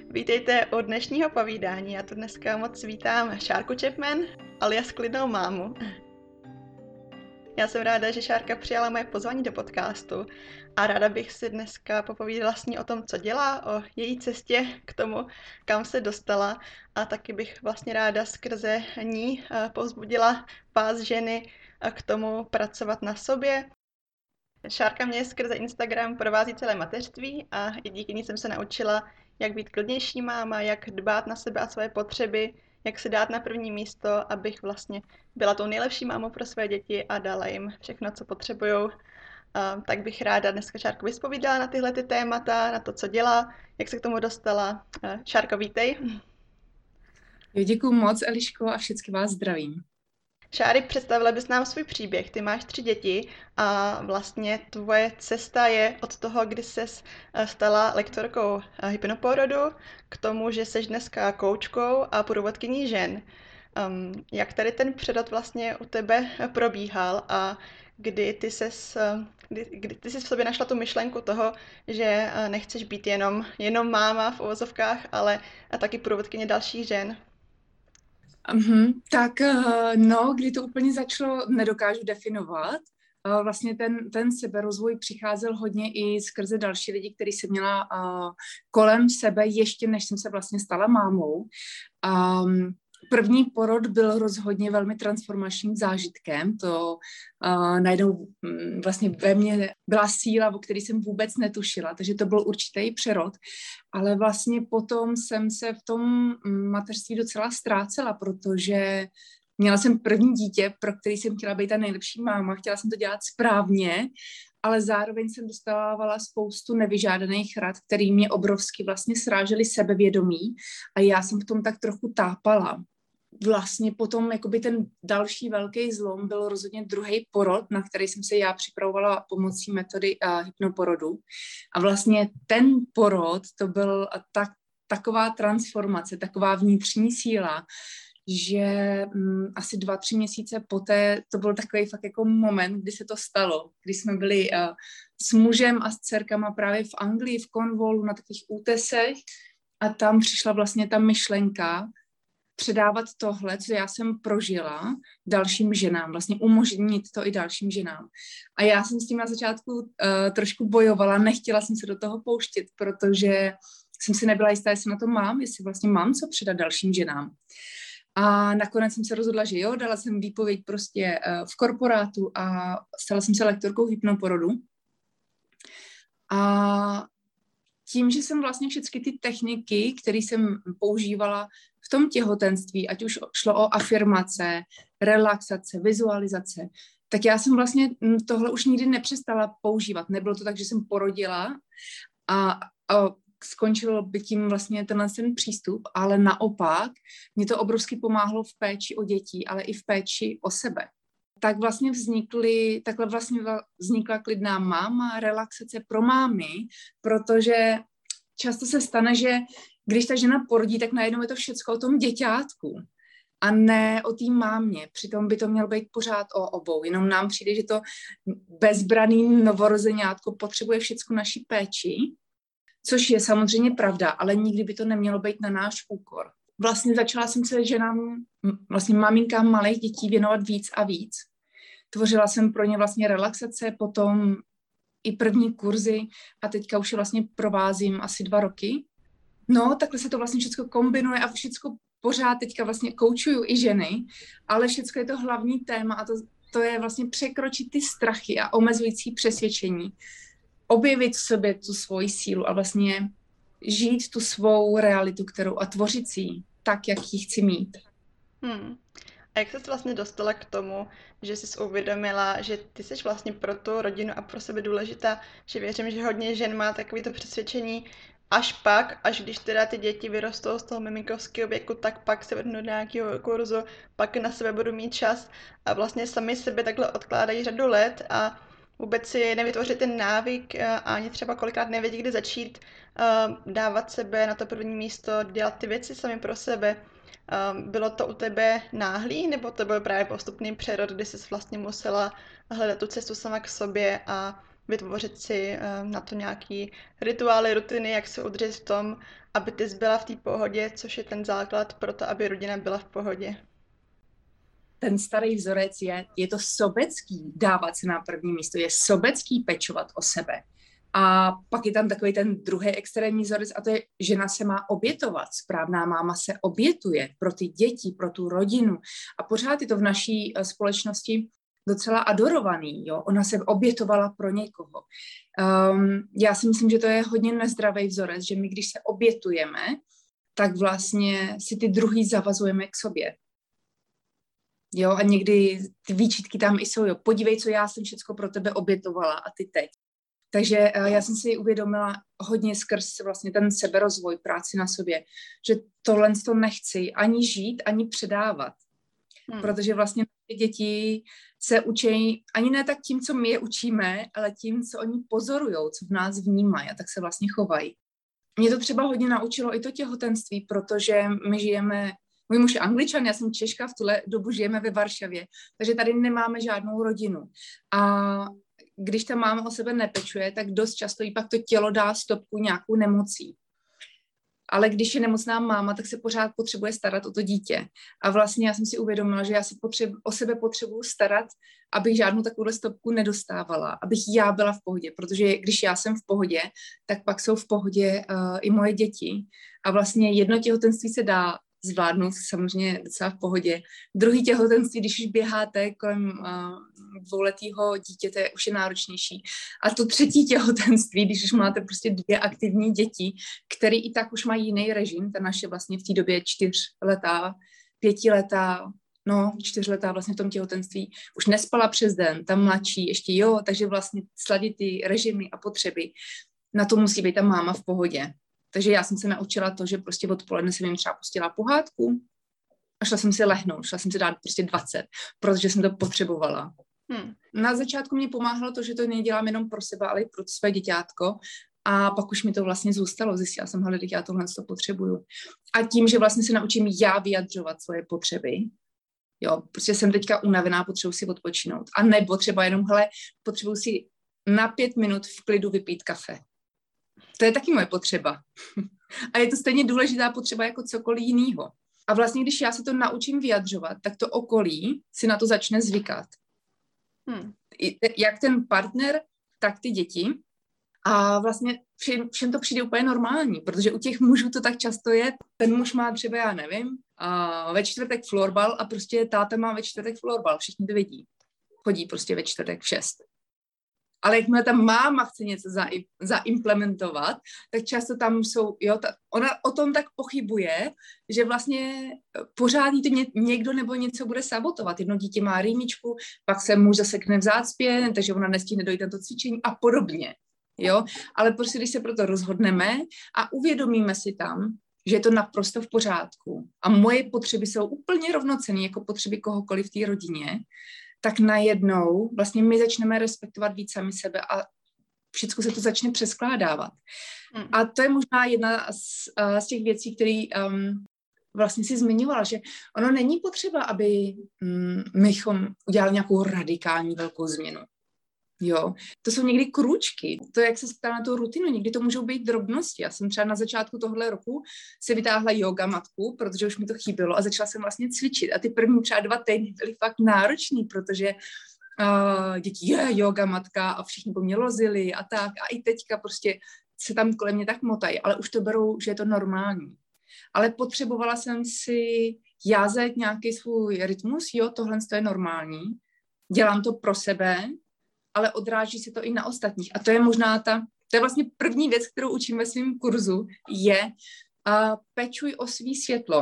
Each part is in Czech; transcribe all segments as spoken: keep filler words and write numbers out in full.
Vítejte u dnešního povídání. Já tu dneska moc vítám Šárku Chapman, alias Klidnou mámu. Já jsem ráda, že Šárka přijala moje pozvání do podcastu a ráda bych si dneska popovídala s ní o tom, co dělá, o její cestě k tomu, kam se dostala, a taky bych vlastně ráda skrze ní povzbudila vás ženy k tomu pracovat na sobě. Šárka mě skrze Instagram provází celé mateřství a i díky ní jsem se naučila, jak být klidnější máma, jak dbát na sebe a své potřeby, jak se dát na první místo, abych vlastně byla tou nejlepší mámou pro své děti a dala jim všechno, co potřebujou. Tak bych ráda dneska Šárku vyspovídala na tyhle ty témata, na to, co dělá, jak se k tomu dostala. Šárko, vítej. Jo, děkuju moc, Eliško, a všechny vás zdravím. Šáry, představila bys nám svůj příběh. Ty máš tři děti a vlastně tvoje cesta je od toho, kdy ses stala lektorkou hypnoporodu, k tomu, že seš dneska koučkou a průvodkyní žen. Um, jak tady ten přerod vlastně u tebe probíhal a kdy ty, ses, kdy, kdy ty jsi v sobě našla tu myšlenku toho, že nechceš být jenom, jenom máma v uvozovkách, ale taky průvodkyně dalších žen? Uhum, tak no, kdy to úplně začalo, nedokážu definovat. Vlastně ten, ten seberozvoj přicházel hodně i skrze další lidi, který jsem měla kolem sebe, ještě než jsem se vlastně stala mámou. Um, První porod byl rozhodně velmi transformačním zážitkem. To uh, najednou um, vlastně ve mně byla síla, o který jsem vůbec netušila, takže to byl určitý přerod. Ale vlastně potom jsem se v tom mateřství docela ztrácela, protože měla jsem první dítě, pro který jsem chtěla být ta nejlepší máma, chtěla jsem to dělat správně, ale zároveň jsem dostávala spoustu nevyžádaných rad, který mě obrovsky vlastně srážely sebevědomí a já jsem v tom tak trochu tápala. Vlastně potom jakoby ten další velký zlom byl rozhodně druhý porod, na který jsem se já připravovala pomocí metody uh, hypnoporodu. A vlastně ten porod, to byl tak, taková transformace, taková vnitřní síla, že um, asi dva, tři měsíce poté to byl takový fakt jako moment, kdy se to stalo, kdy jsme byli uh, s mužem a s dcerkama právě v Anglii, v Cornwallu na takových útesech a tam přišla vlastně ta myšlenka předávat tohle, co já jsem prožila dalším ženám, vlastně umožnit to i dalším ženám. A já jsem s tím na začátku uh, trošku bojovala, nechtěla jsem se do toho pouštět, protože jsem si nebyla jistá, jestli na to mám, jestli vlastně mám co předat dalším ženám. A nakonec jsem se rozhodla, že jo, dala jsem výpověď prostě uh, v korporátu a stala jsem se lektorkou hypnoporodu. A tím, že jsem vlastně všechny ty techniky, které jsem používala v tom těhotenství, ať už šlo o afirmace, relaxace, vizualizace, tak já jsem vlastně tohle už nikdy nepřestala používat. Nebylo to tak, že jsem porodila a, a skončilo by tím vlastně tenhle ten přístup, ale naopak mě to obrovsky pomáhlo v péči o děti, ale i v péči o sebe. Tak vlastně vznikly, takhle vlastně vznikla klidná máma, relaxace pro mámy, protože často se stane, že když ta žena porodí, tak najednou je to všecko o tom děťátku a ne o té mámě. Přitom by to mělo být pořád o obou. Jenom nám přijde, že to bezbranný novorozeňátko potřebuje všecko naší péči, což je samozřejmě pravda, ale nikdy by to nemělo být na náš úkor. Vlastně začala jsem se ženám, vlastně maminkám malých dětí věnovat víc a víc. Tvořila jsem pro ně vlastně relaxace, potom i první kurzy a teďka už je vlastně provázím asi dva roky. No, takhle se to vlastně všechno kombinuje a všechno pořád teďka vlastně koučuju i ženy, ale všechno je to hlavní téma a to, to je vlastně překročit ty strachy a omezující přesvědčení. Objevit v sobě tu svoji sílu a vlastně žít tu svou realitu, kterou a tvořit si ji tak, jak ji chci mít. Hmm. A jak jsi vlastně dostala k tomu, že jsi uvědomila, že ty jsi vlastně pro tu rodinu a pro sebe důležitá, že věřím, že hodně žen má takovéto přesvědčení, až pak, až když teda ty děti vyrostou z toho miminkovského věku, tak pak se vrhnu do nějakého kurzu, pak na sebe budu mít čas a vlastně sami sebe takhle odkládají řadu let a vůbec si nevytvoří ten návyk a ani třeba kolikrát nevědí, kdy začít dávat sebe na to první místo, dělat ty věci sami pro sebe. Bylo to u tebe náhlý, nebo to byl právě postupný přerod, kdy jsi vlastně musela hledat tu cestu sama k sobě a vytvořit si na to nějaký rituály, rutiny, jak se udržet v tom, aby ty byla v té pohodě, což je ten základ pro to, aby rodina byla v pohodě. Ten starý vzorec je, je to sobecký dávat se na první místo, je sobecký pečovat o sebe. A pak je tam takový ten druhý extrémní vzorec a to je, žena se má obětovat. Správná máma se obětuje pro ty děti, pro tu rodinu. A pořád je to v naší společnosti docela adorovaný. Jo? Ona se obětovala pro někoho. Um, já si myslím, že to je hodně nezdravý vzorec, že my, když se obětujeme, tak vlastně si ty druhý zavazujeme k sobě. Jo, a někdy ty výčitky tam i jsou, jo, podívej, co já jsem všecko pro tebe obětovala a ty teď. Takže uh, já jsem si uvědomila hodně skrz vlastně ten seberozvoj, práci na sobě, že tohle to nechci ani žít, ani předávat. Hmm. Protože vlastně děti se učí ani ne tak tím, co my je učíme, ale tím, co oni pozorujou, co v nás vnímají a tak se vlastně chovají. Mě to třeba hodně naučilo i to těhotenství, protože my žijeme, můj muž je Angličan, já jsem Češka, v tuhle dobu žijeme ve Varšavě, takže tady nemáme žádnou rodinu. A když ta máma o sebe nepečuje, tak dost často jí pak to tělo dá stopku nějakou nemocí. Ale když je nemocná máma, tak se pořád potřebuje starat o to dítě. A vlastně já jsem si uvědomila, že já se potřebu, o sebe potřebuji starat, abych žádnou takovou stopku nedostávala, abych já byla v pohodě, protože když já jsem v pohodě, tak pak jsou v pohodě uh, i moje děti. A vlastně jedno těhotenství se dá zvládnout samozřejmě docela v pohodě. Druhý těhotenství, když už běháte kolem uh, dvouletého dítěte, už je náročnější. A to třetí těhotenství, když už máte prostě dvě aktivní děti, které i tak už mají jiný režim, ta naše vlastně v té době čtyřletá, pětiletá, no čtyřletá vlastně v tom těhotenství, už nespala přes den, ta mladší ještě jo, takže vlastně sladit ty režimy a potřeby, na to musí být ta máma v pohodě. Takže já jsem se naučila to, že prostě odpoledne jsem jim třeba pustila pohádku a šla jsem si lehnout, šla jsem si dát prostě dvacet, protože jsem to potřebovala. Hmm. Na začátku mě pomáhalo to, že to nedělám jenom pro sebe, ale i pro své děťátko a pak už mi to vlastně zůstalo. Zjistila jsem, hele, teď já tohle to potřebuju. A tím, že vlastně se naučím já vyjadřovat svoje potřeby, jo, prostě jsem teďka unavená, potřebuji si odpočinout. A nebo třeba jenom, hele, potřebuji si na pět minut v klidu vypít kafe. To je taky moje potřeba. A je to stejně důležitá potřeba jako cokoliv jinýho. A vlastně, když já se to naučím vyjadřovat, tak to okolí si na to začne zvykat. Hmm. Jak ten partner, tak ty děti. A vlastně všem, všem to přijde úplně normální, protože u těch mužů to tak často je. Ten muž má třeba, já nevím, a ve čtvrtek florbal a prostě táta má ve čtvrtek florbal. Všichni to vidí. Chodí prostě ve čtvrtek v šest. Ale jakmile ta máma chce něco za, zaimplementovat, tak často tam jsou, jo, ta, ona o tom tak pochybuje, že vlastně pořád jí to ně, někdo nebo něco bude sabotovat. Jedno dítě má rýmičku, pak se muž zasekne v zácpě, takže ona nestihne dojít na to cvičení a podobně. Jo? Ale prostě, když se proto rozhodneme a uvědomíme si tam, že je to naprosto v pořádku a moje potřeby jsou úplně rovnocenné jako potřeby kohokoliv v té rodině, tak najednou vlastně my začneme respektovat víc sami sebe a všechno se to začne přeskládávat. Mm. A to je možná jedna z, z těch věcí, které um, vlastně si zmiňovala, že ono není potřeba, aby um, mychom udělali nějakou radikální velkou změnu. Jo, to jsou někdy krůčky. To, jak se ptá na tu rutinu, někdy to můžou být drobnosti. Já jsem třeba na začátku tohle roku si vytáhla yoga matku, protože už mi to chybělo a začala jsem vlastně cvičit. A ty první třeba dva týdny byly fakt náročný, protože uh, děti, je yoga matka a všichni po mně lozili a tak. A i teďka prostě se tam kolem mě tak motají, ale už to berou, že je to normální. Ale potřebovala jsem si já zajít nějaký svůj rytmus, jo, tohle je normální. Dělám to pro sebe, ale odráží se to i na ostatních. A to je možná ta, to je vlastně první věc, kterou učím ve svém kurzu, je uh, pečuj o svý světlo,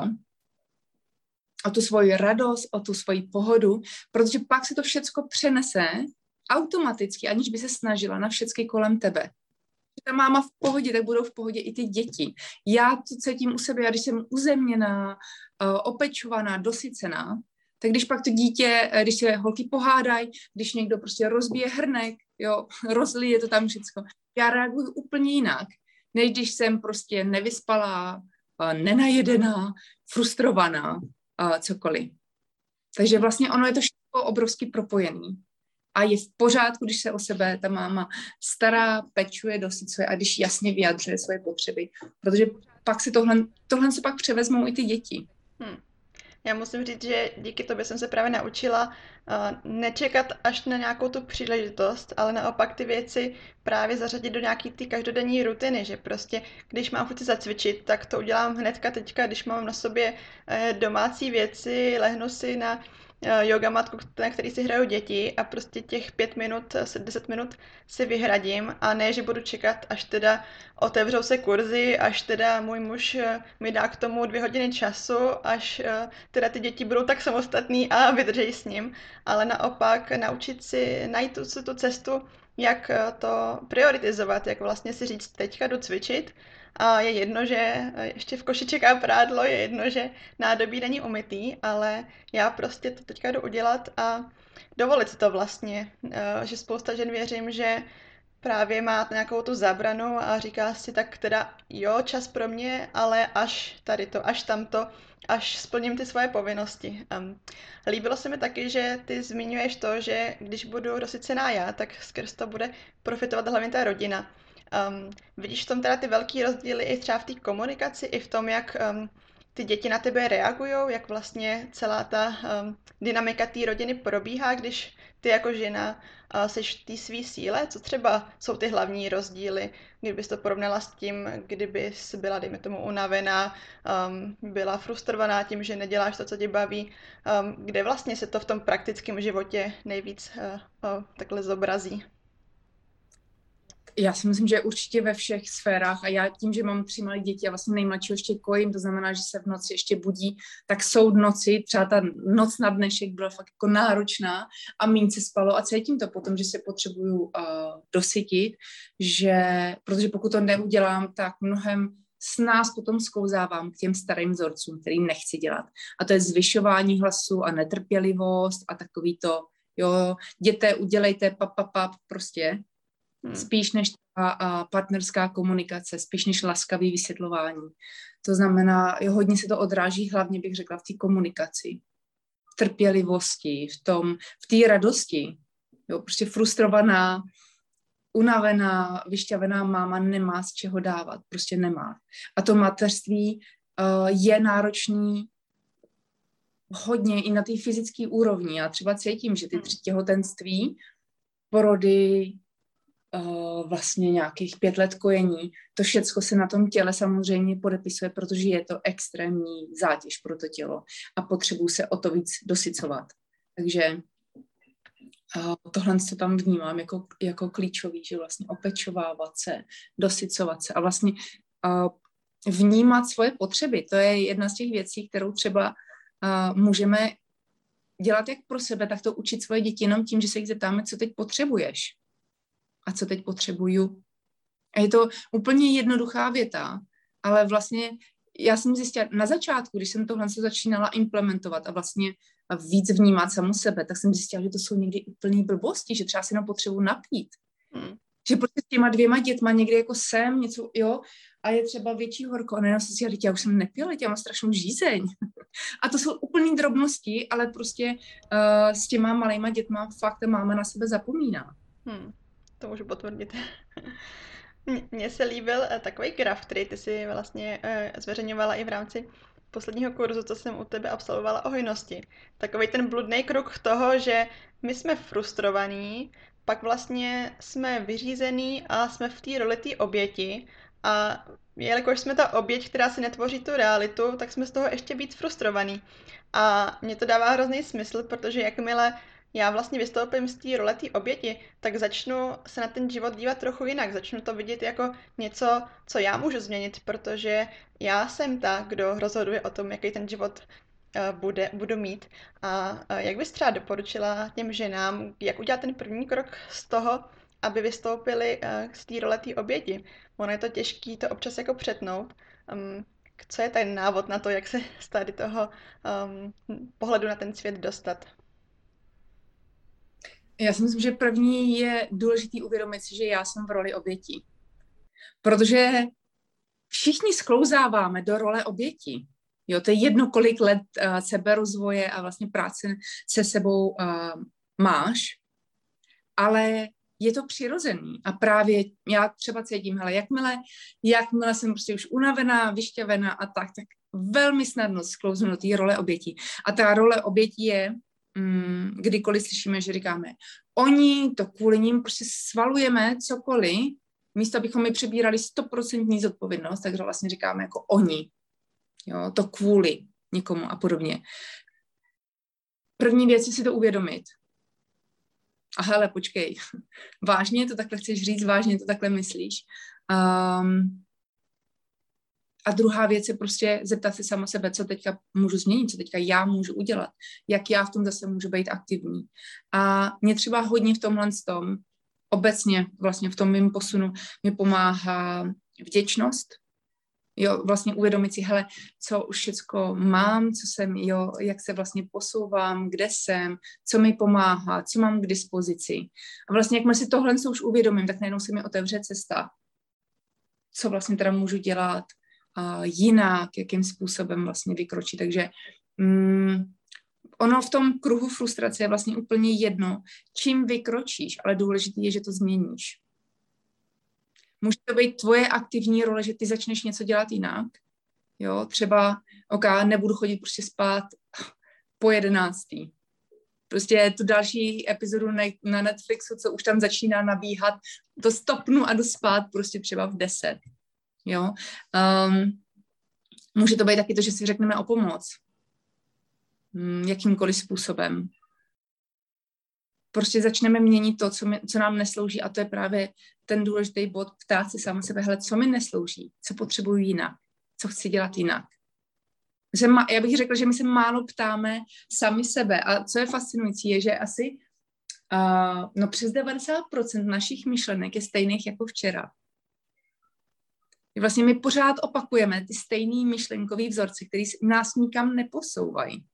o tu svoji radost, o tu svoji pohodu, protože pak se to všecko přenese automaticky, aniž by se snažila na všecky kolem tebe. Ta máma v pohodě, tak budou v pohodě i ty děti. Já to cítím u sebe, já když jsem uzemněná, uh, opečovaná, dosycená, tak když pak to dítě, když se holky pohádají, když někdo prostě rozbije hrnek, jo, rozlije to tam všecko, já reaguju úplně jinak, než když jsem prostě nevyspalá, nenajedená, frustrovaná, cokoliv. Takže vlastně ono je to všechno obrovsky propojený. A je v pořádku, když se o sebe ta máma stará, pečuje, dosycuje a když jasně vyjadřuje svoje potřeby. Protože pak si tohle, tohle se pak převezmou i ty děti. Hmm. Já musím říct, že díky tobě jsem se právě naučila uh, nečekat až na nějakou tu příležitost, ale naopak ty věci právě zařadit do nějaký ty každodenní rutiny, že prostě když mám chuť zacvičit, tak to udělám hnedka teďka, když mám na sobě uh, domácí věci, lehnu si na yoga matku, na který si hrajou děti a prostě těch pět minut, deset minut si vyhradím a ne, že budu čekat, až teda otevřou se kurzy, až teda můj muž mi dá k tomu dvě hodiny času, až teda ty děti budou tak samostatný a vydrží s ním, ale naopak naučit si, najít tu, tu cestu, jak to prioritizovat, jak vlastně si říct, teďka jdu cvičit, a je jedno, že ještě v koši čeká prádlo, je jedno, že nádobí není umytý, ale já prostě to teďka jdu udělat a dovolit si to vlastně. Že spousta žen věřím, že právě má nějakou tu zabranu a říká si tak teda jo, čas pro mě, ale až tady to, až tamto, až splním ty svoje povinnosti. Um, líbilo se mi taky, že ty zmiňuješ to, že když budu rozsycená já, tak skrz to bude profitovat hlavně ta rodina. Um, vidíš v tom teda ty velký rozdíly i třeba v té komunikaci, i v tom, jak um, ty děti na tebe reagují, jak vlastně celá ta um, dynamika té rodiny probíhá, když ty jako žena uh, seš v té svý síle? Co třeba jsou ty hlavní rozdíly, kdybys to porovnala s tím, kdybys byla, dejme tomu, unavená, um, byla frustrovaná tím, že neděláš to, co tě baví, um, kde vlastně se to v tom praktickém životě nejvíc uh, uh, takhle zobrazí? Já si myslím, že určitě ve všech sférách a já tím, že mám tři malé děti a vlastně nejmladšího ještě kojím, to znamená, že se v noci ještě budí, tak jsou noci, třeba ta noc na dnešek byla fakt jako náročná a míň se spalo a cítím to potom, že se potřebuju uh, dosytit, že, protože pokud to neudělám, tak mnohem s nás potom sklouzávám k těm starým vzorcům, kterým nechci dělat. A to je zvyšování hlasu a netrpělivost a takový to, jo, děte, udělejte, pap, pap, pap, prostě. Spíš než ta a partnerská komunikace, spíš než laskavý vysvětlování. To znamená, jo, hodně se to odráží, hlavně bych řekla v té komunikaci, v trpělivosti, v tom, v té radosti. Jo, prostě frustrovaná, unavená, vyšťavená máma nemá z čeho dávat, prostě nemá. A to mateřství uh, je náročný hodně i na té fyzické úrovni. Já třeba cítím, že ty tři těhotenství, porody, Uh, vlastně nějakých pět let kojení. To všecko se na tom těle samozřejmě podepisuje, protože je to extrémní zátěž pro to tělo a potřebuji se o to víc dosycovat. Takže uh, tohle to tam vnímám jako, jako klíčový, že vlastně opečovávat se, dosycovat se a vlastně uh, vnímat svoje potřeby. To je jedna z těch věcí, kterou třeba uh, můžeme dělat jak pro sebe, tak to učit svoje děti jenom tím, že se jich zeptáme, co teď potřebuješ. A co teď potřebuju. A je to úplně jednoduchá věta, ale vlastně já jsem zjistila na začátku, když jsem tohle se začínala implementovat a vlastně víc vnímat samu sebe, tak jsem zjistila, že to jsou někdy úplný blbosti, že třeba si jenom potřebuji napít. Hmm. Že prostě s těma dvěma dětma někdy jako jsem něco, jo, a je třeba větší horko. A nejenom jsem si říkala, já už jsem nepila, já mám strašnou žízeň. A to jsou úplný drobnosti, ale prostě uh, s těma malejma dětma fakt máma na sebe zapomíná. Hmm. To můžu potvrdit. Mně se líbil takový graf, který ty si vlastně zveřejňovala i v rámci posledního kurzu, co jsem u tebe absolvovala o hojnosti. Takový ten bludný kruh toho, že my jsme frustrovaní, pak vlastně jsme vyřízení a jsme v té roli té oběti a jelikož jsme ta oběť, která si netvoří tu realitu, tak jsme z toho ještě víc frustrovaní. A mně to dává hrozný smysl, protože jakmile já vlastně vystoupím z té role té oběti, tak začnu se na ten život dívat trochu jinak. Začnu to vidět jako něco, co já můžu změnit, protože já jsem ta, kdo rozhoduje o tom, jaký ten život uh, bude, budu mít. A uh, jak bys třeba doporučila těm ženám, jak udělat ten první krok z toho, aby vystoupili uh, z té role té oběti? Ono je to těžké to občas jako přetnout. Um, co je ten návod na to, jak se z tady toho um, pohledu na ten svět dostat? Já si myslím, že první je důležitý uvědomit si, že já jsem v roli oběti. Protože všichni sklouzáváme do role oběti. Jo, to je jedno, kolik let uh, seberozvoje a vlastně práce se sebou uh, máš. ale je to přirozený a právě já třeba cítím, hele, jakmile, jakmile jsem prostě už unavená, vyšťavená a tak, tak velmi snadno sklouznu do té role obětí. A ta role obětí je, mm, kdykoliv slyšíme, že říkáme, oni, to kvůli ním prostě svalujeme cokoliv, místo abychom mi přebírali stoprocentní zodpovědnost, takže vlastně říkáme jako oni, jo, to kvůli někomu a podobně. První věc je si to uvědomit. A hele, počkej, vážně to takhle chceš říct, vážně to takhle myslíš. Um, a druhá věc je prostě zeptat se sama sebe, co teďka můžu změnit, co teďka já můžu udělat, jak já v tom zase můžu být aktivní. A mě třeba hodně v tomhle tom, obecně vlastně v tom mým posunu, mi pomáhá vděčnost. Jo, vlastně uvědomit si, hele, co už všecko mám, co jsem, jo, jak se vlastně posouvám, kde jsem, co mi pomáhá, co mám k dispozici. A vlastně, jakmile si tohle už uvědomím, tak najednou se mi otevře cesta, co vlastně teda můžu dělat uh, jinak, jakým způsobem vlastně vykročit. Takže um, ono v tom kruhu frustrace je vlastně úplně jedno, čím vykročíš, ale důležité je, že to změníš. Může to být tvoje aktivní role, že ty začneš něco dělat jinak. Jo, třeba, ok, nebudu chodit prostě spát po jedenáctý. Prostě tu další epizodu na Netflixu, co už tam začíná nabíhat, to stopnu a jdu spát prostě třeba v deset. Jo. Um, může to být taky to, že si řekneme o pomoc. Hmm, jakýmkoliv způsobem. Prostě začneme měnit to, co, mi, co nám neslouží a to je právě ten důležitý bod, ptát si sama sebe, hele, co mi neslouží, co potřebuji jinak, co chci dělat jinak. Já bych řekla, že my se málo ptáme sami sebe a co je fascinující, je, že asi uh, no přes devadesát procent našich myšlenek je stejných jako včera. Vlastně my pořád opakujeme ty stejný myšlenkový vzorce, které nás nikam neposouvají.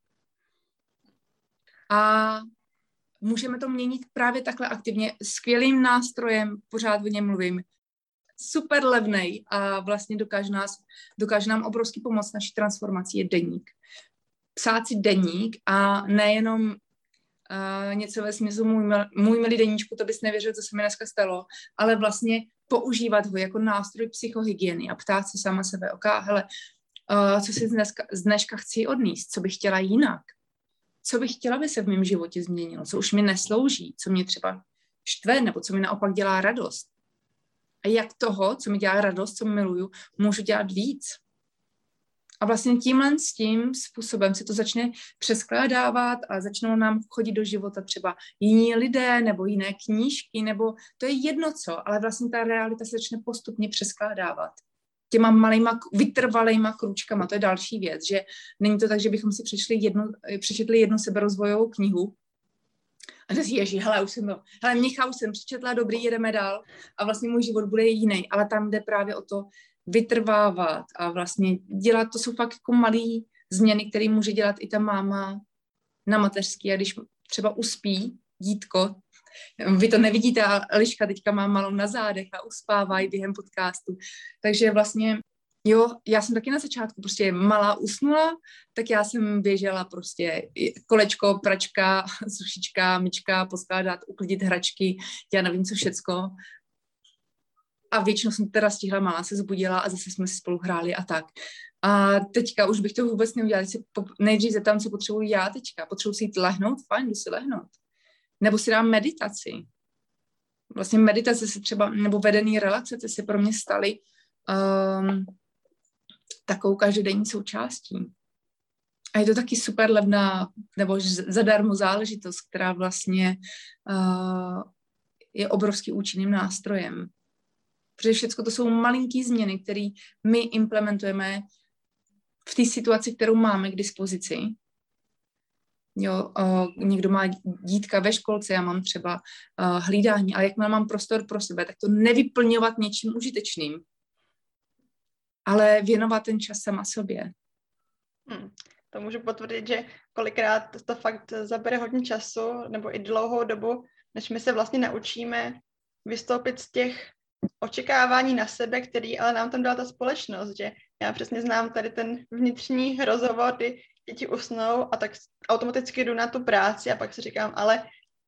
A můžeme to měnit právě takhle aktivně, skvělým nástrojem, pořád o něm mluvím, super levnej a vlastně dokáže, nás, dokáže nám obrovský pomoct naší transformací je deník. Psát si deník a nejenom uh, něco ve smyslu můj, mil, můj milý deníčku, to bys nevěřil, co se mi dneska stalo, ale vlastně používat ho jako nástroj psychohygieny a ptát se sama sebe, ok, hele, uh, co si z dneska, z dneška chci odníst, co bych chtěla jinak. Co bych chtěla, aby se v mém životě změnilo, co už mi neslouží, co mě třeba štve, nebo co mi naopak dělá radost. A jak toho, co mi dělá radost, co miluju, můžu dělat víc. A vlastně tímhle s tím způsobem se to začne přeskládávat a začnou nám chodit do života třeba jiní lidé nebo jiné knížky, nebo to je jedno co, ale vlastně ta realita se začne postupně přeskládávat. Těma malýma, vytrvalejma kručkama, to je další věc, že není to tak, že bychom si přečetli jednu, přečetli jednu seberozvojovou knihu a že si ježí, hele, už jsem to, hele, Mnicha, už jsem přečetla, dobrý, jedeme dál a vlastně můj život bude jiný, ale tam jde právě o to vytrvávat a vlastně dělat, to jsou fakt jako malý změny, které může dělat i ta máma na mateřský a když třeba uspí dítko, vy to nevidíte, ale Eliška teďka má malou na zádech a uspává i během podcastu. Takže vlastně, jo, já jsem taky na začátku prostě malá usnula, tak já jsem běžela prostě kolečko, pračka, sušička, myčka, poskládat, uklidit hračky, já nevím co všecko. A většinou jsem teda stihla, malá se zbudila a zase jsme si spolu hráli a tak. A teďka už bych to vůbec neudělala. Nejdřív zeptám, co potřebuji já teďka. Potřebuji si jít lehnout? Fajn, jdu si lehnout. Nebo si dám meditaci. Vlastně meditace se třeba, nebo vedený relaxace se pro mě staly um, takovou každodenní součástí. A je to taky super levná, nebo zadarmo záležitost, která vlastně uh, je obrovský účinným nástrojem. Protože všechno to jsou malinký změny, které my implementujeme v té situaci, kterou máme k dispozici. Jo, uh, někdo má dítka ve školce, já mám třeba uh, hlídání, ale jakmile mám prostor pro sebe, tak to nevyplňovat něčím užitečným, ale věnovat ten čas sama sobě. Hmm. To můžu potvrdit, že kolikrát to fakt zabere hodně času, nebo i dlouhou dobu, než my se vlastně naučíme vystoupit z těch očekávání na sebe, který ale nám tam dala ta společnost, že já přesně znám tady ten vnitřní rozhovor, kdy děti usnou a tak automaticky jdu na tu práci a pak si říkám, ale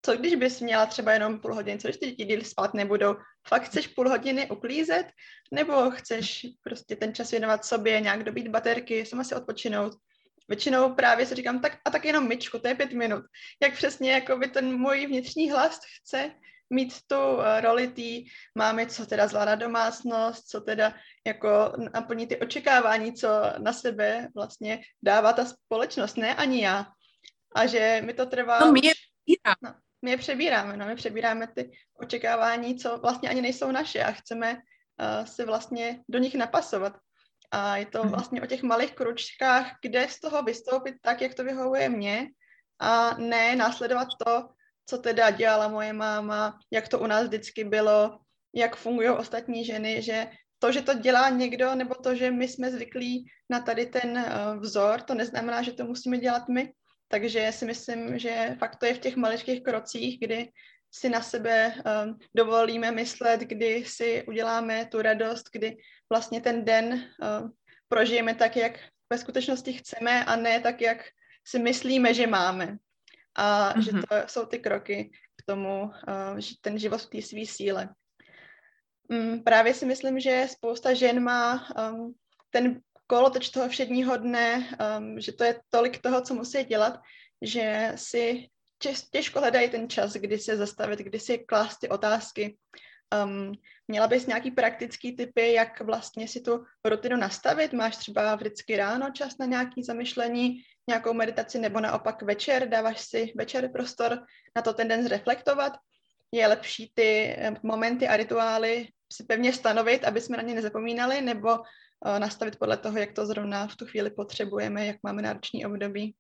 co když bys měla třeba jenom půl hodiny, co když ty děti díl spát nebudou? Fakt chceš půl hodiny uklízet? Nebo chceš prostě ten čas věnovat sobě, nějak dobít baterky, sama si odpočinout? Většinou právě si říkám, tak a tak jenom myčku, to je pět minut. Jak přesně jako by ten můj vnitřní hlas chce mít tu roli té mámy, co teda zvládá domácnost, co teda jako naplní ty očekávání, co na sebe vlastně dává ta společnost, ne ani já. A že mi to trvá... No, my je přebíráme. No, my je přebíráme, no, my přebíráme ty očekávání, co vlastně ani nejsou naše a chceme uh, si vlastně do nich napasovat. A je to vlastně o těch malých kručkách, kde z toho vystoupit tak, jak to vyhovuje mně a ne následovat to, co teda dělala moje máma, jak to u nás vždycky bylo, jak fungují ostatní ženy, že to, že to dělá někdo, nebo to, že my jsme zvyklí na tady ten uh, vzor, to neznamená, že to musíme dělat my. Takže si myslím, že fakt to je v těch maličkých krocích, kdy si na sebe um, dovolíme myslet, kdy si uděláme tu radost, kdy vlastně ten den um, prožijeme tak, jak ve skutečnosti chceme a ne tak, jak si myslíme, že máme. A mm-hmm. že to jsou ty kroky k tomu, uh, že ten život v té své síle. Um, právě si myslím, že spousta žen má um, ten kolotoč toho všedního dne, um, že to je tolik toho, co musí dělat, že si těžko hledají ten čas, kdy se zastavit, kdy si klást ty otázky. Um, měla bys nějaký praktický tipy, jak vlastně si tu rutinu nastavit? Máš třeba vždycky ráno čas na nějaké zamyšlení, nějakou meditaci, nebo naopak večer? Dáváš si večer prostor na to ten den zreflektovat? Je lepší ty momenty a rituály si pevně stanovit, aby jsme na ně nezapomínali, nebo uh, nastavit podle toho, jak to zrovna v tu chvíli potřebujeme, jak máme náročný období?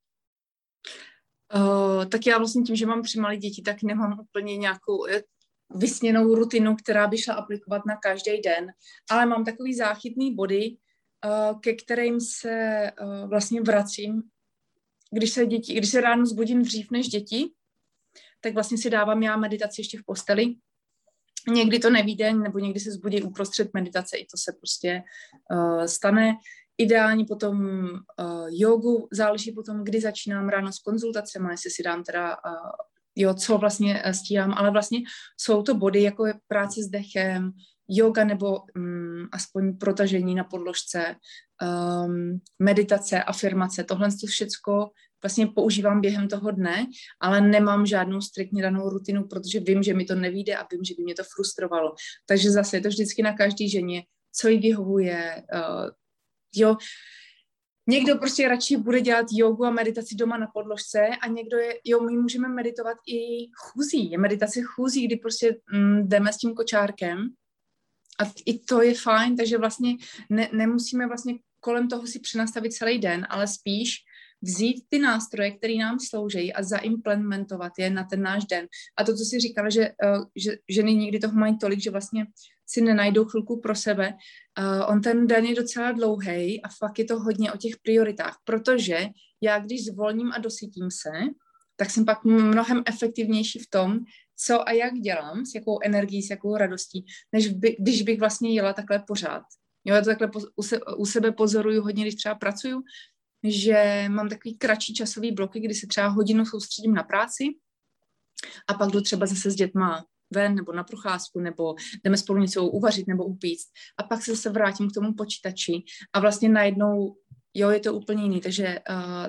Uh, tak já vlastně tím, že mám tři malé děti, tak nemám úplně nějakou vysněnou rutinu, která by šla aplikovat na každý den, ale mám takový záchytný body, uh, ke kterým se uh, vlastně vracím. Když se, děti, když se ráno zbudím dřív než děti, tak vlastně si dávám já meditaci ještě v posteli. Někdy to nevíde, nebo někdy se zbudí uprostřed meditace, i to se prostě uh, stane. Ideální potom uh, jogu, záleží potom, kdy začínám ráno s konzultacemi, jestli si dám teda, uh, jo, co vlastně stíhám, ale vlastně jsou to body, jako je práce s dechem, yoga nebo um, aspoň protažení na podložce, um, meditace, afirmace, tohle to všecko vlastně používám během toho dne, ale nemám žádnou striktně danou rutinu, protože vím, že mi to nevyjde a vím, že by mě to frustrovalo. Takže zase je to vždycky na každý ženě, co jí vyhovuje. Uh, jo, někdo prostě radši bude dělat jogu a meditaci doma na podložce a někdo je, jo, my můžeme meditovat i chůzí. Je meditace chůzí, kdy prostě mm, jdeme s tím kočárkem a i to je fajn, takže vlastně ne, nemusíme vlastně kolem toho si přenastavit celý den, ale spíš vzít ty nástroje, které nám slouží a zaimplementovat je na ten náš den. A to, co jsi říkala, že, uh, že ženy někdy toho mají tolik, že vlastně si nenajdou chvilku pro sebe. Uh, on ten den je docela dlouhý a fakt je to hodně o těch prioritách, protože já, když zvolním a dosytím se, tak jsem pak mnohem efektivnější v tom, co a jak dělám, s jakou energií, s jakou radostí, než by, když bych vlastně jela takhle pořád. Jo, já to takhle po, u, se, u sebe pozoruju hodně, když třeba pracuju, že mám takový kratší časový bloky, kdy se třeba hodinu soustředím na práci a pak jdu třeba zase s dětma ven nebo na procházku, nebo jdeme spolu něco uvařit nebo upíct a pak se zase vrátím k tomu počítači a vlastně najednou, jo, je to úplně jiný, takže uh,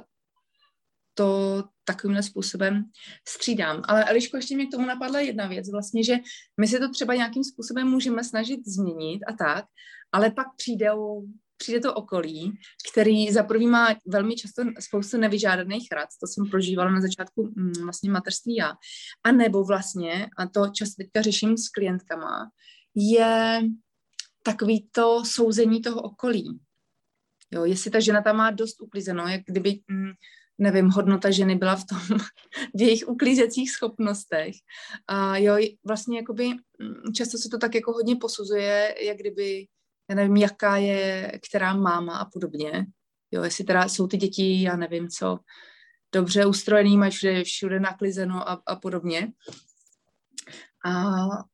to takovýmhle způsobem střídám. Ale Eliško, ještě mě k tomu napadla jedna věc, vlastně, že my se to třeba nějakým způsobem můžeme snažit změnit a tak, ale pak přijdou přijde to okolí, který za prvý má velmi často spoustu nevyžádaných rad, to jsem prožívala na začátku mm, vlastně mateřství já, a nebo vlastně, a to často teďka řeším s klientkama, je takový to souzení toho okolí. Jo, jestli ta žena tam má dost uklízeno, jak kdyby, mm, nevím, hodnota ženy byla v tom, v jejich uklízecích schopnostech. A jo, vlastně jakoby, mm, často se to tak jako hodně posuzuje, jak kdyby já nevím, jaká je, která máma a podobně. Jo, jestli teda jsou ty děti, já nevím co, dobře ustrojený, mají všude, všude naklizeno a, a podobně. A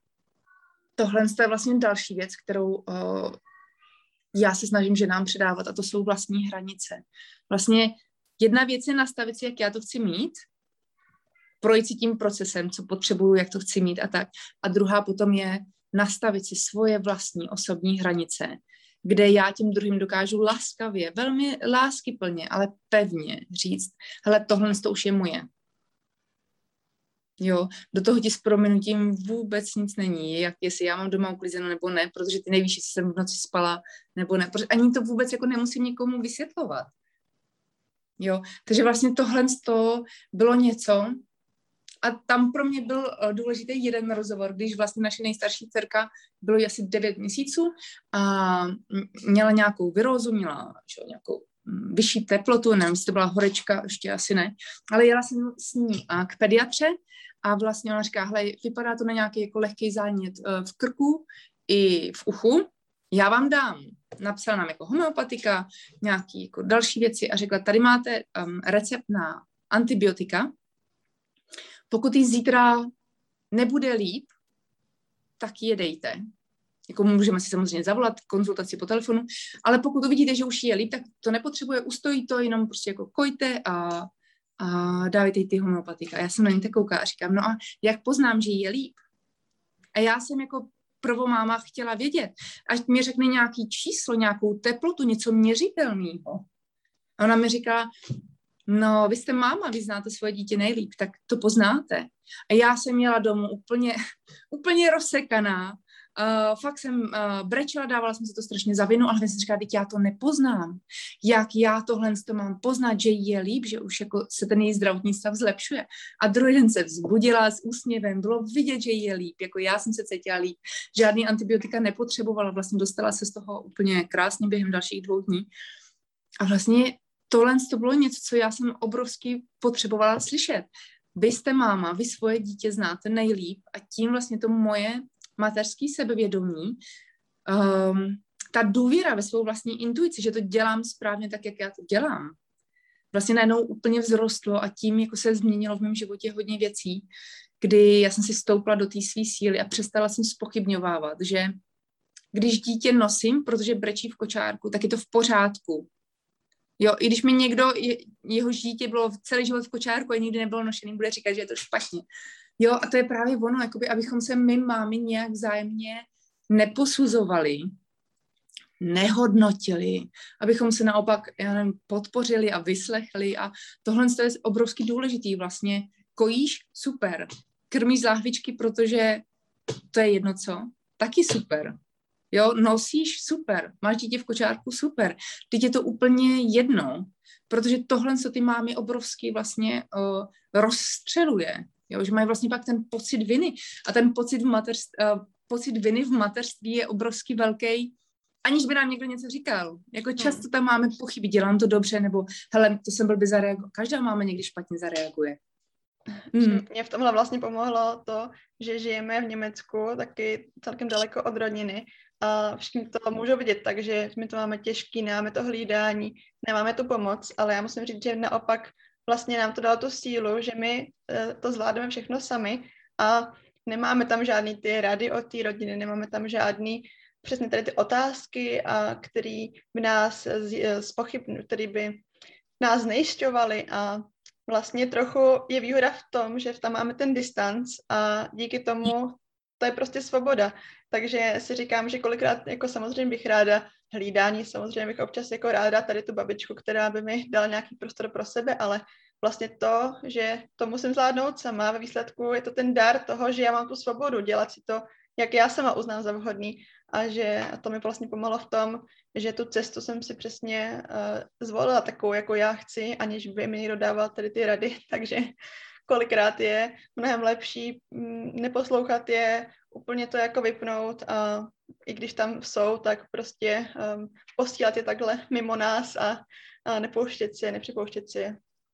tohle je vlastně další věc, kterou uh, já se snažím ženám předávat, a to jsou vlastní hranice. Vlastně jedna věc je nastavit si, jak já to chci mít, projít si tím procesem, co potřebuju, jak to chci mít a tak. A druhá potom je nastavit si svoje vlastní osobní hranice, kde já těm druhým dokážu laskavě, velmi láskyplně, ale pevně říct, hele, tohle to už je moje. Jo, do toho ti s prominutím vůbec nic není, jak jestli já mám doma uklizeno nebo ne, protože ty nevíš, jestli jsem v noci spala nebo ne, protože ani to vůbec jako nemusím nikomu vysvětlovat. Jo, takže vlastně tohle to bylo něco a tam pro mě byl důležitý jeden rozhovor, když vlastně naše nejstarší dcerka bylo asi devět měsíců a měla nějakou virózu, měla čo, nějakou vyšší teplotu, nevím, jestli to byla horečka, ještě asi ne, ale jela jsem s ní k pediatře a vlastně ona říká, hele, vypadá to na nějaký jako lehký zánět v krku i v uchu, já vám dám. Napsala nám jako homeopatika, nějaký jako další věci a řekla, tady máte um, recept na antibiotika. Pokud jí zítra nebude líp, tak ji dejte. Jako můžeme si samozřejmě zavolat konzultaci po telefonu, ale pokud uvidíte, že už je líp, tak to nepotřebuje, ustojí to, jenom prostě jako kojte a, a dávejte jí ty homeopatika. A já jsem na ní tak kouká a říkám, no a jak poznám, že jí je líp? A já jsem jako prvomáma chtěla vědět, ať mi řekne nějaký číslo, nějakou teplotu, něco měřitelného. A ona mi říká, no, vy jste máma, vy znáte svoje dítě nejlíp, tak to poznáte. A já jsem jela domů úplně, úplně rozsekaná. Uh, fakt jsem uh, brečela, dávala jsem si to strašně za vinu, ale jsem říkala, teď já to nepoznám. Jak já tohle to mám poznat, že jí je líp, že už jako se ten její zdravotní stav zlepšuje. A druhý den se vzbudila s úsměvem, bylo vidět, že jí je líp, jako já jsem se cítila líp. Žádný antibiotika nepotřebovala, vlastně dostala se z toho úplně krásně během dalších dvou dní. A vlastně tohle to bylo něco, co já jsem obrovsky potřebovala slyšet. Vy jste máma, vy svoje dítě znáte nejlíp a tím vlastně to moje mateřský sebevědomí, um, ta důvěra ve svou vlastní intuici, že to dělám správně tak, jak já to dělám, vlastně najednou úplně vzrostlo a tím jako se změnilo v mém životě hodně věcí, kdy já jsem si stoupla do té své síly a přestala jsem zpochybňovávat, že když dítě nosím, protože brečí v kočárku, tak je to v pořádku. Jo, i když mi někdo, je, jeho dítě bylo celý život v kočárku a nikdy nebylo nošený, bude říkat, že je to špatně. Jo, a to je právě ono, jakoby, abychom se my mámy nějak vzájemně neposuzovali, nehodnotili, abychom se naopak, já nevím, podpořili a vyslechli a tohle je obrovsky důležitý vlastně. Kojíš? Super. Krmíš z láhvičky, protože to je jedno co? Taky super. Jo, nosíš? Super. Máš dítě v kočárku? Super. Teď je to úplně jedno, protože tohle, co ty mámy obrovsky vlastně uh, rozstřeluje. Jo, že mají vlastně pak ten pocit viny. A ten pocit, v mateřství, uh, pocit viny v mateřství je obrovský velký, aniž by nám někdo něco říkal. Jako často tam máme pochyby, dělám to dobře, nebo hele, to jsem blbě zareagoval. Každá máma někdy špatně zareaguje. Hmm. Mě v tomhle vlastně pomohlo to, že žijeme v Německu, taky celkem daleko od rodiny a všichni to můžou vidět, takže my to máme těžký, nemáme to hlídání, nemáme tu pomoc, ale já musím říct, že naopak vlastně nám to dalo tu sílu, že my to zvládneme všechno sami a nemáme tam žádný ty rady od té rodiny, nemáme tam žádný přesně tady ty otázky, a který by nás zpochybnili, který by nás znejišťovali a vlastně trochu je výhoda v tom, že tam máme ten distanc a díky tomu to je prostě svoboda. Takže si říkám, že kolikrát jako samozřejmě bych ráda hlídání, samozřejmě bych občas jako ráda tady tu babičku, která by mi dala nějaký prostor pro sebe, ale vlastně to, že to musím zvládnout sama, ve výsledku je to ten dar toho, že já mám tu svobodu dělat si to, jak já sama uznám za vhodný a že a to mi vlastně pomohlo v tom, že tu cestu jsem si přesně uh, zvolila takovou, jako já chci, aniž by mi někdo dával tady ty rady, takže kolikrát je mnohem lepší m, neposlouchat je, úplně to jako vypnout a i když tam jsou, tak prostě um, posílat je takhle mimo nás a, a nepouštět si je, nepřipouštět si je.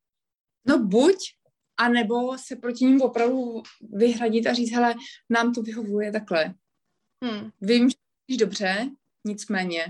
No buď, anebo se proti ním opravdu vyhradit a říct, hele, nám to vyhovuje takhle. Hmm. Vím, že jsi dobře, nicméně.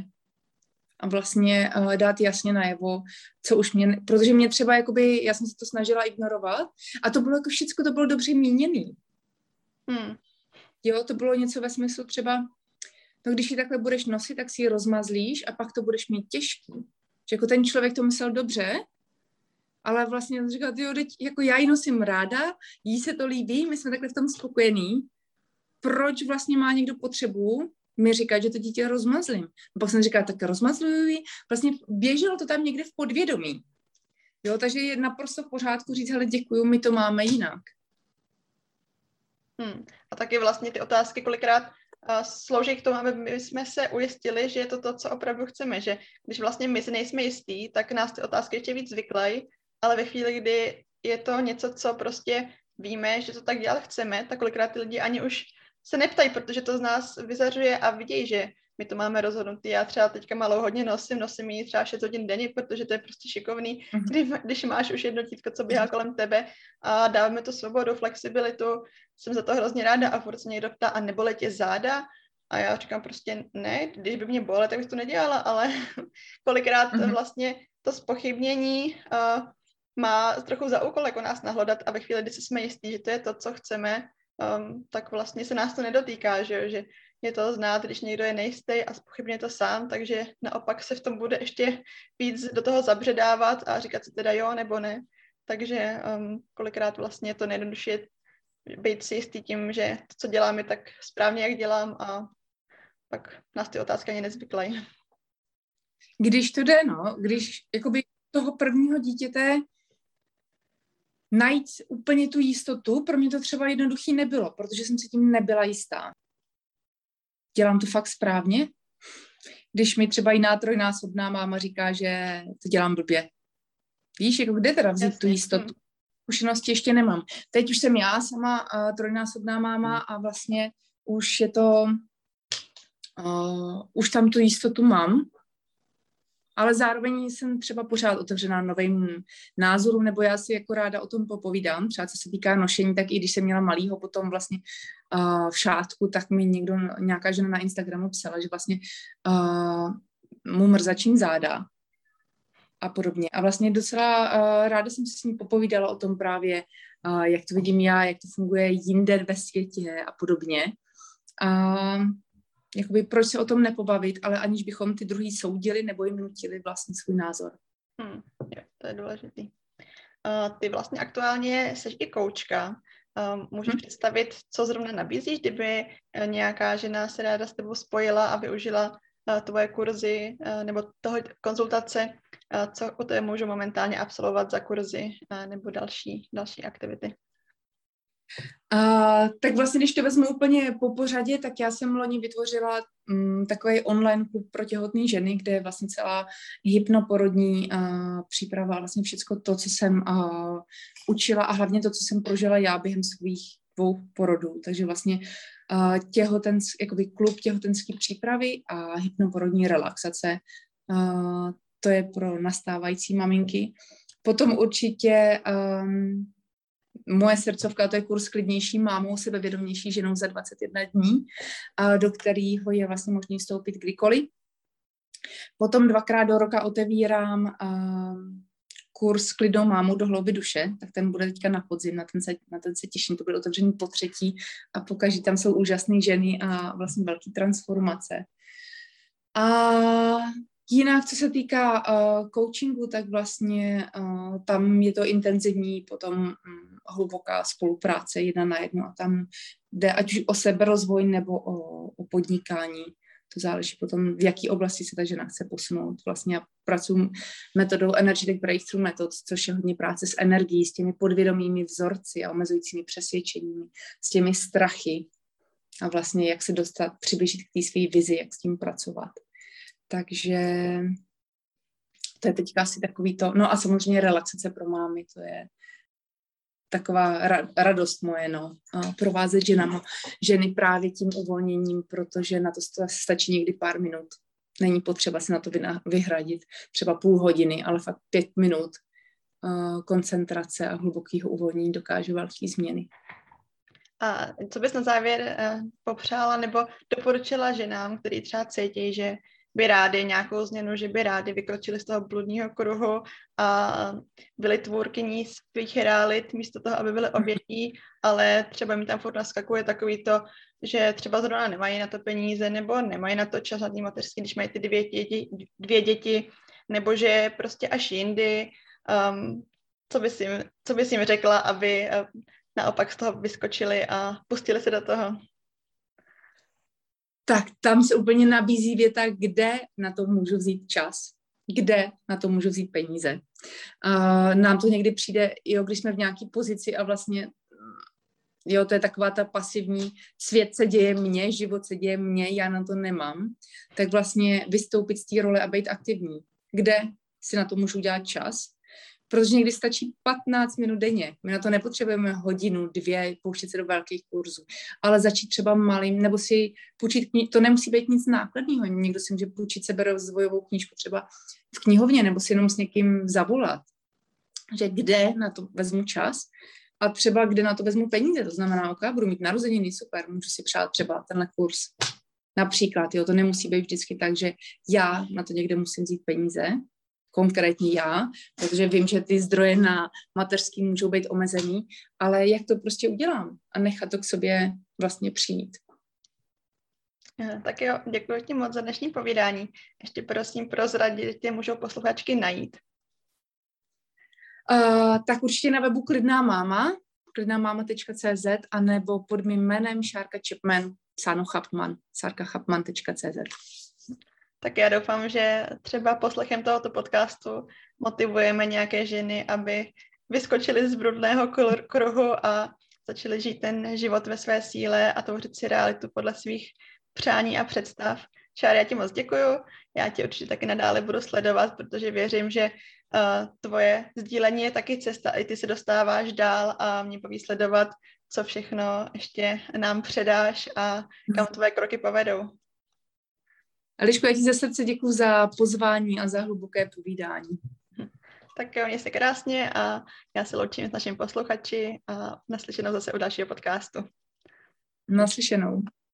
A vlastně uh, dát jasně najevo, co už mě, protože mě třeba, jakoby, já jsem se to snažila ignorovat a to bylo jako všecko, to bylo dobře míněný. Hmm. Jo, to bylo něco ve smyslu třeba, no když ji takhle budeš nosit, tak si ji rozmazlíš a pak to budeš mít těžký. Že jako ten člověk to myslel dobře, ale vlastně on říkal, jo, teď, jako já ji nosím ráda, jí se to líbí, my jsme takhle v tom spokojení, proč vlastně má někdo potřebu mi říkat, že to dítě rozmazlím. A pak jsem říkala, tak rozmazluju ji, vlastně běželo to tam někde v podvědomí. Jo, takže je naprosto v pořádku říct, hele, děkuju, my to máme jinak. Hmm. A taky vlastně ty otázky kolikrát uh, slouží k tomu, aby my jsme se ujistili, že je to to, co opravdu chceme, že když vlastně my si nejsme jistí, tak nás ty otázky ještě víc zvyklají, ale ve chvíli, kdy je to něco, co prostě víme, že to tak dělat chceme, tak kolikrát ty lidi ani už se neptají, protože to z nás vyzařuje a vidějí, že my to máme rozhodnutý. Já třeba teďka malou hodně nosím, nosím ji třeba šest hodin denně, protože to je prostě šikovný, kdy, když máš už jedno dítko, co běhá kolem tebe a dáváme tu svobodu, flexibilitu, jsem za to hrozně ráda a furt se někdo ptá, a nebole tě záda? A já říkám prostě ne, když by mě bolely, tak bych to nedělala, ale kolikrát Mhm. vlastně to zpochybnění uh, má trochu za úkol jako nás nahlodat a ve chvíli, kdy si jsme jistí, že to je to, co chceme, um, tak vlastně se nás to nedotýká, že, že je to znát, když někdo je nejistý a zpochybňuje to sám, takže naopak se v tom bude ještě víc do toho zabředávat a říkat si teda jo nebo ne. Takže um, kolikrát vlastně je to nejjednodušší být si jistý tím, že to, co dělám, je tak správně, jak dělám a pak nás ty otázky ani nezvyklají. Když to jde, no, když jakoby toho prvního dítěte najít úplně tu jistotu, pro mě to třeba jednoduchý nebylo, protože jsem si tím nebyla jistá. Dělám to fakt správně? Když mi třeba jiná trojnásobná máma říká, že to dělám blbě. Víš, jako kde teda vzít Jasně. tu jistotu? Zkušenosti ještě nemám. Teď už jsem já sama uh, trojnásobná máma a vlastně už je to, uh, už tam tu jistotu mám, ale zároveň jsem třeba pořád otevřená novým názorům, nebo já si jako ráda o tom popovídám, třeba co se týká nošení, tak i když jsem měla malýho potom vlastně uh, v šátku, tak mi někdo, nějaká žena na Instagramu psala, že vlastně uh, mu mrzačím záda a podobně. A vlastně docela uh, ráda jsem si s ní popovídala o tom právě, uh, jak to vidím já, jak to funguje jinde ve světě a podobně. A jakoby proč se o tom nepobavit, ale aniž bychom ty druhý soudili nebo jim nutili vlastně svůj názor. Hmm, jo, to je důležitý. Uh, ty vlastně aktuálně jsi i koučka. Um, můžeš hmm. představit, co zrovna nabízíš, kdyby uh, nějaká žena se ráda s tebou spojila a využila uh, tvoje kurzy uh, nebo toho konzultace, uh, co o tebe můžu momentálně absolvovat za kurzy uh, nebo další, další aktivity? Uh, tak vlastně, když to vezmu úplně po pořadě, tak já jsem loni vytvořila um, takový online klub pro těhotné ženy, kde je vlastně celá hypnoporodní uh, příprava, vlastně všechno to, co jsem uh, učila a hlavně to, co jsem prožila já během svých dvou porodů. Takže vlastně uh, těhotenský, jakoby klub těhotenské přípravy a hypnoporodní relaxace. Uh, to je pro nastávající maminky. Potom určitě um, moje srdcovka, to je kurz Klidnější mámou, sebevědomější ženou za dvacet jedna dní, do kterého je vlastně možné vstoupit kdykoliv. Potom dvakrát do roka otevírám kurz Klidnou mámu do hlouby duše, tak ten bude teďka na podzim, na ten se, na ten se těším, to bude otevřený po třetí a pokaždé tam jsou úžasné ženy a vlastně velké transformace. A jinak, co se týká uh, coachingu, tak vlastně uh, tam je to intenzivní, potom um, hluboká spolupráce jedna na jednu a tam jde ať už o seberozvoj nebo o, o podnikání. To záleží potom, v jaké oblasti se ta žena chce posunout. Vlastně já pracuji metodou Energetic Breakthrough Method, což je hodně práce s energií, s těmi podvědomými vzorci a omezujícími přesvědčeními, s těmi strachy a vlastně jak se dostat, přiblížit k té své vizi, jak s tím pracovat. Takže to je teďka asi takový to, no a samozřejmě relaxace pro mámy, to je taková ra- radost moje, no, a provázet ženama, ženy právě tím uvolněním, protože na to stačí někdy pár minut. Není potřeba si na to vyhradit třeba půl hodiny, ale fakt pět minut uh, koncentrace a hlubokého uvolnění dokáže velké změny. A co bys na závěr uh, popřála nebo doporučila ženám, kteří třeba cítí, že by rádi nějakou změnu, že by rádi vykročili z toho bludního kruhu a byli tvůrkyní svých realit místo toho, aby byly obětí, ale třeba mi tam furt naskakuje takový to, že třeba zrovna nemají na to peníze nebo nemají na to čas na té mateřské, když mají ty dvě děti, dvě děti nebo že prostě až jindy. Um, co bys jim, co bys jim řekla, aby naopak z toho vyskočili a pustili se do toho? Tak tam se úplně nabízí věta, kde na to můžu vzít čas, kde na to můžu vzít peníze. Uh, nám to někdy přijde, jo, když jsme v nějaké pozici a vlastně, jo, to je taková ta pasivní, svět se děje mně, život se děje mně, já na to nemám, tak vlastně vystoupit z té role a být aktivní. Kde si na to můžu dělat čas? Protože někdy stačí patnáct minut denně. My na to nepotřebujeme hodinu, dvě, pouštět se do velkých kurzů, ale začít třeba malým, nebo si půjčit kni- to nemusí být nic nákladného. Někdo si může půjčit seberozvojovou knížku třeba v knihovně, nebo si jenom s někým zavolat. Že kde na to vezmu čas a třeba kde na to vezmu peníze. To znamená, ok, budu mít narozeniny, super, můžu si přát třeba tenhle kurz. Například, jo, to nemusí být vždycky tak, že já na to někde musím vzít peníze, konkrétně já, protože vím, že ty zdroje na mateřský můžou být omezený, ale jak to prostě udělám a nechat to k sobě vlastně přijít. Tak jo, děkuji ti moc za dnešní povídání. Ještě prosím prozradit, kde můžou posluchačky najít. Uh, tak určitě na webu Klidná máma, klidná máma tečka cé zet, anebo pod mým jménem Šárka Chapman, psáno Chapman, sarka chapman tečka cé zet. Tak já doufám, že třeba poslechem tohoto podcastu motivujeme nějaké ženy, aby vyskočily z brudného kruhu a začaly žít ten život ve své síle a tvořit si realitu podle svých přání a představ. Šári, já ti moc děkuju. Já tě určitě taky nadále budu sledovat, protože věřím, že uh, tvoje sdílení je taky cesta. I ty se dostáváš dál a mě baví sledovat, co všechno ještě nám předáš a kam tvoje kroky povedou. Eliško, já ti ze srdce děkuju za pozvání a za hluboké povídání. Tak jo, měj se krásně a já se loučím s našimi posluchači a naslyšenou zase u dalšího podcastu. Naslyšenou.